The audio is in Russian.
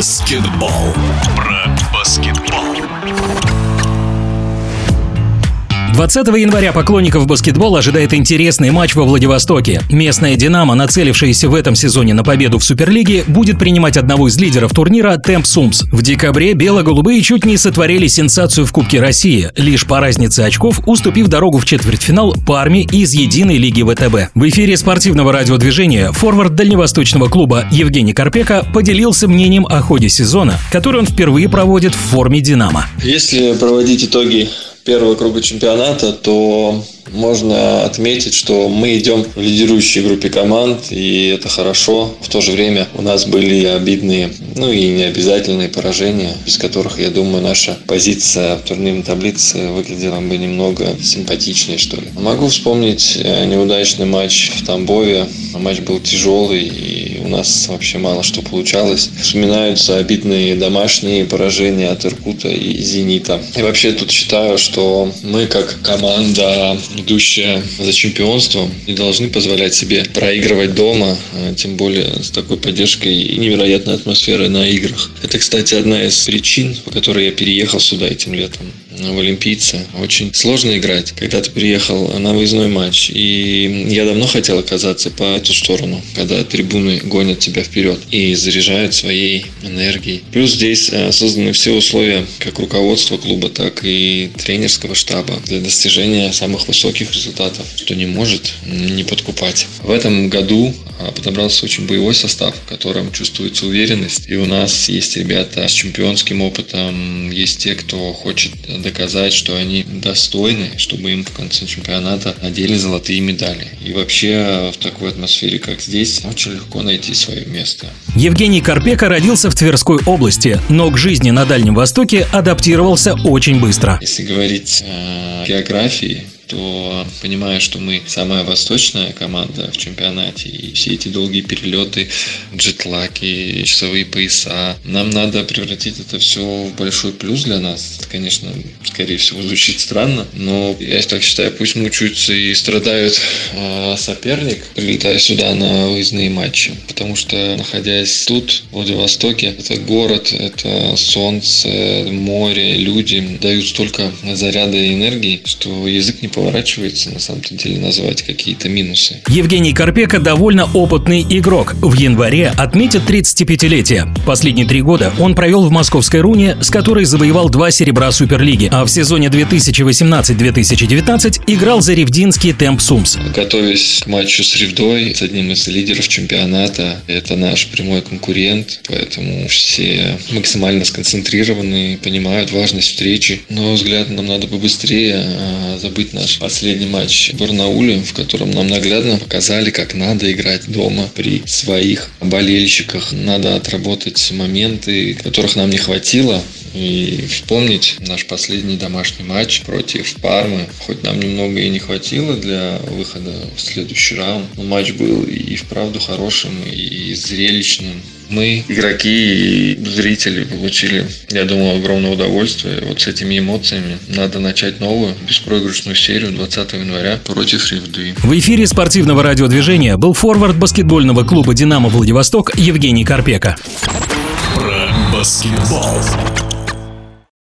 баскетбол. Про баскетбол. 20 января поклонников баскетбола ожидает интересный матч во Владивостоке. Местная «Динамо», нацелившаяся в этом сезоне на победу в Суперлиге, будет принимать одного из лидеров турнира Темп Сумс. В декабре бело-голубые чуть не сотворили сенсацию в Кубке России, лишь по разнице очков уступив дорогу в четвертьфинал Парме из единой лиги ВТБ. В эфире спортивного радиодвижения форвард дальневосточного клуба Евгений Карпека поделился мнением о ходе сезона, который он впервые проводит в форме «Динамо». Если проводить итоги первого круга чемпионата, то можно отметить, что мы идем в лидирующей группе команд, и это хорошо. В то же время у нас были обидные, и необязательные поражения, без которых, я думаю, наша позиция в турнирной таблице выглядела бы немного симпатичнее, что ли. Могу вспомнить неудачный матч в Тамбове. Матч был тяжелый, и у нас вообще мало что получалось. Вспоминаются обидные домашние поражения от Иркута и Зенита. И вообще тут считаю, что мы как команда, идущая за чемпионством, не должны позволять себе проигрывать дома, тем более с такой поддержкой и невероятной атмосферой на играх. Это, кстати, одна из причин, по которой я переехал сюда этим летом, в Олимпийцы. Очень сложно играть, когда ты приехал на выездной матч. И я давно хотел оказаться по эту сторону, когда трибуны гонят тебя вперед и заряжают своей энергией. Плюс здесь созданы все условия как руководства клуба, так и тренерского штаба для достижения самых высоких результатов, что не может не подкупать. В этом году подобрался очень боевой состав, в котором чувствуется уверенность. И у нас есть ребята с чемпионским опытом, есть те, кто хочет доказать, что они достойны, чтобы им в конце чемпионата надели золотые медали. И вообще в такой атмосфере, как здесь, очень легко найти свое место. Евгений Карпека родился в Тверской области, но к жизни на Дальнем Востоке адаптировался очень быстро. Если говорить о географии, то понимаю, что мы самая восточная команда в чемпионате, и все эти долгие перелеты, джетлаги, часовые пояса, нам надо превратить это все в большой плюс для нас. Это, конечно, скорее всего, звучит странно, но я так считаю, пусть мучаются и страдают соперник, прилетая сюда на выездные матчи, потому что, находясь тут, в Владивостоке, это город, это солнце, море, люди дают столько заряда и энергии, что язык не поворачивается на самом-то деле назвать какие-то минусы. Евгений Карпека довольно опытный игрок. В январе отметит 35-летие. Последние 3 года он провел в московской «Руне», с которой завоевал 2 серебра Суперлиги, а в сезоне 2018-2019 играл за ревдинский Темп Сумс. Готовясь к матчу с Ревдой, с одним из лидеров чемпионата, это наш прямой конкурент, поэтому все максимально сконцентрированы, понимают важность встречи. Но взгляд нам надо побыстрее забыть наш последний матч в Барнауле, в котором нам наглядно показали, как надо играть дома при своих болельщиках. Надо отработать моменты, которых нам не хватило, и вспомнить наш последний домашний матч против Пармы. Хоть нам немного и не хватило для выхода в следующий раунд, но матч был и вправду хорошим, и зрелищным. Мы, игроки и зрители, получили, я думаю, огромное удовольствие. Вот с этими эмоциями надо начать новую беспроигрышную серию 20 января против Ревды. В эфире спортивного радиодвижения был форвард баскетбольного клуба «Динамо Владивосток» Евгений Карпека. Про баскетбол.